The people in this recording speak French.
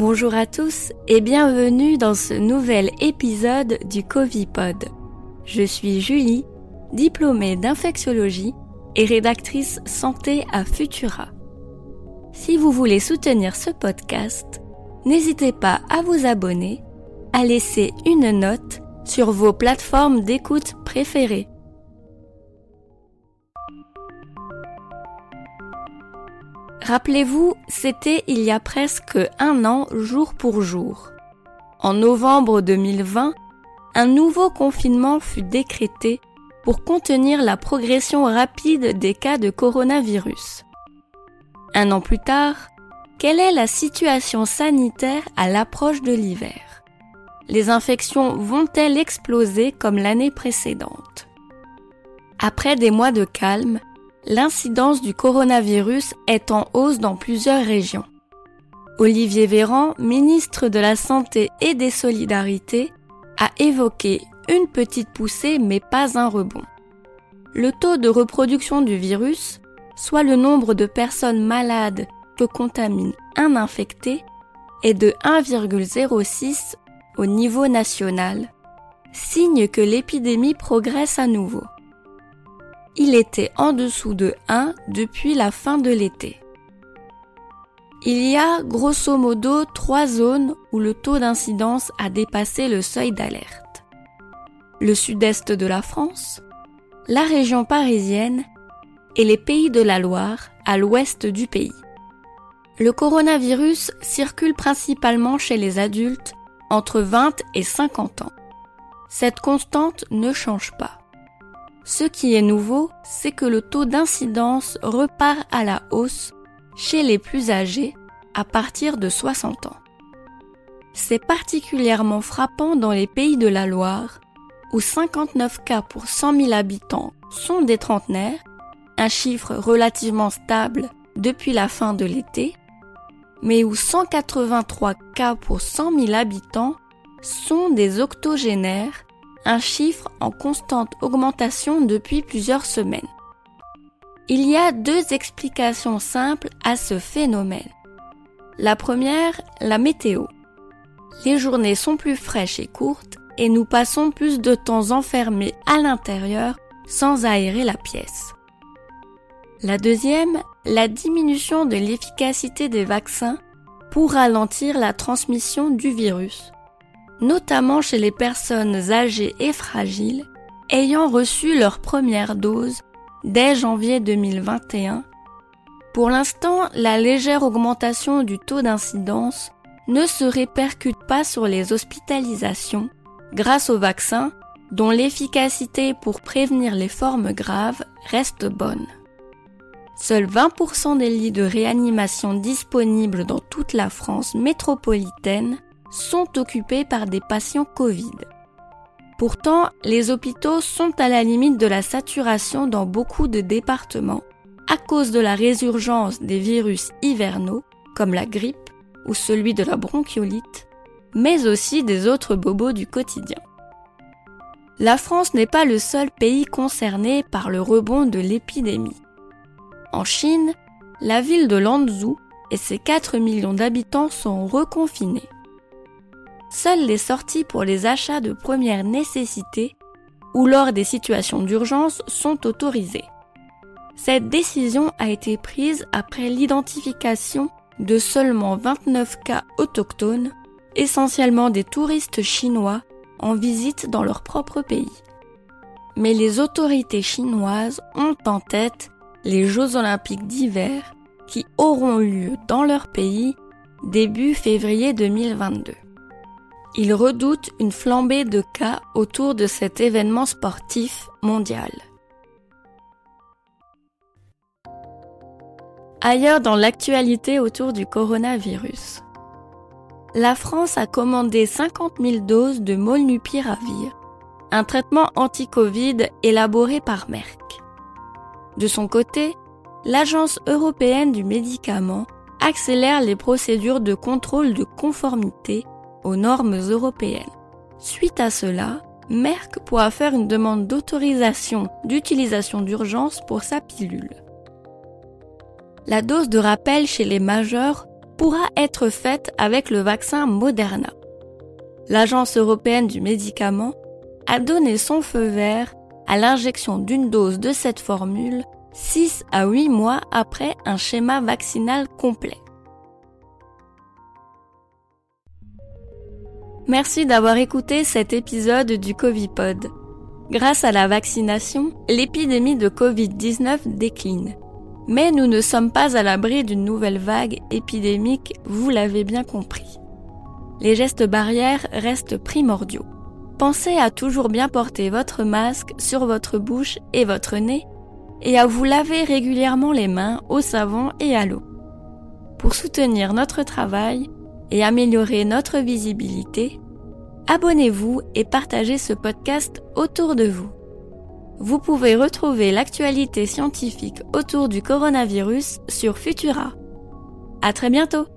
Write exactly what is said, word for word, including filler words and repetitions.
Bonjour à tous et bienvenue dans ce nouvel épisode du Covipod. Je suis Julie, diplômée d'infectiologie et rédactrice santé à Futura. Si vous voulez soutenir ce podcast, n'hésitez pas à vous abonner, à laisser une note sur vos plateformes d'écoute préférées. Rappelez-vous, c'était il y a presque un an jour pour jour. En novembre deux mille vingt, un nouveau confinement fut décrété pour contenir la progression rapide des cas de coronavirus. Un an plus tard, quelle est la situation sanitaire à l'approche de l'hiver ? Les infections vont-elles exploser comme l'année précédente ? Après des mois de calme, l'incidence du coronavirus est en hausse dans plusieurs régions. Olivier Véran, ministre de la Santé et des Solidarités, a évoqué une petite poussée mais pas un rebond. Le taux de reproduction du virus, soit le nombre de personnes malades que contamine un infecté, est de un virgule zéro six au niveau national, signe que l'épidémie progresse à nouveau. Il était en dessous de un depuis la fin de l'été. Il y a grosso modo trois zones où le taux d'incidence a dépassé le seuil d'alerte. Le sud-est de la France, la région parisienne et les Pays de la Loire à l'ouest du pays. Le coronavirus circule principalement chez les adultes entre vingt et cinquante ans. Cette constante ne change pas. Ce qui est nouveau, c'est que le taux d'incidence repart à la hausse chez les plus âgés à partir de soixante ans. C'est particulièrement frappant dans les Pays de la Loire, où cinquante-neuf cas pour cent mille habitants sont des trentenaires, un chiffre relativement stable depuis la fin de l'été, mais où cent quatre-vingt-trois cas pour cent mille habitants sont des octogénaires, un chiffre en constante augmentation depuis plusieurs semaines. Il y a deux explications simples à ce phénomène. La première, la météo. Les journées sont plus fraîches et courtes et nous passons plus de temps enfermés à l'intérieur sans aérer la pièce. La deuxième, la diminution de l'efficacité des vaccins pour ralentir la transmission du virus, notamment chez les personnes âgées et fragiles, ayant reçu leur première dose dès janvier deux mille vingt et un. Pour l'instant, la légère augmentation du taux d'incidence ne se répercute pas sur les hospitalisations grâce au vaccin, dont l'efficacité pour prévenir les formes graves reste bonne. Seuls vingt pour cent des lits de réanimation disponibles dans toute la France métropolitaine sont occupés par des patients Covid. Pourtant, les hôpitaux sont à la limite de la saturation dans beaucoup de départements à cause de la résurgence des virus hivernaux comme la grippe ou celui de la bronchiolite, mais aussi des autres bobos du quotidien. La France n'est pas le seul pays concerné par le rebond de l'épidémie. En Chine, la ville de Lanzhou et ses quatre millions d'habitants sont reconfinés. Seules les sorties pour les achats de première nécessité ou lors des situations d'urgence sont autorisées. Cette décision a été prise après l'identification de seulement vingt-neuf cas autochtones, essentiellement des touristes chinois en visite dans leur propre pays. Mais les autorités chinoises ont en tête les Jeux olympiques d'hiver qui auront lieu dans leur pays début février deux mille vingt-deux. Ils redoutent une flambée de cas autour de cet événement sportif mondial. Ailleurs dans l'actualité autour du coronavirus. La France a commandé cinquante mille doses de Molnupiravir, un traitement anti-Covid élaboré par Merck. De son côté, l'Agence européenne du médicament accélère les procédures de contrôle de conformité aux normes européennes. Suite à cela, Merck pourra faire une demande d'autorisation d'utilisation d'urgence pour sa pilule. La dose de rappel chez les majeurs pourra être faite avec le vaccin Moderna. L'Agence européenne du médicament a donné son feu vert à l'injection d'une dose de cette formule six à huit mois après un schéma vaccinal complet. Merci d'avoir écouté cet épisode du Covipod. Grâce à la vaccination, l'épidémie de covid dix-neuf décline. Mais nous ne sommes pas à l'abri d'une nouvelle vague épidémique, vous l'avez bien compris. Les gestes barrières restent primordiaux. Pensez à toujours bien porter votre masque sur votre bouche et votre nez et à vous laver régulièrement les mains au savon et à l'eau. Pour soutenir notre travail et améliorer notre visibilité, abonnez-vous et partagez ce podcast autour de vous. Vous pouvez retrouver l'actualité scientifique autour du coronavirus sur Futura. À très bientôt!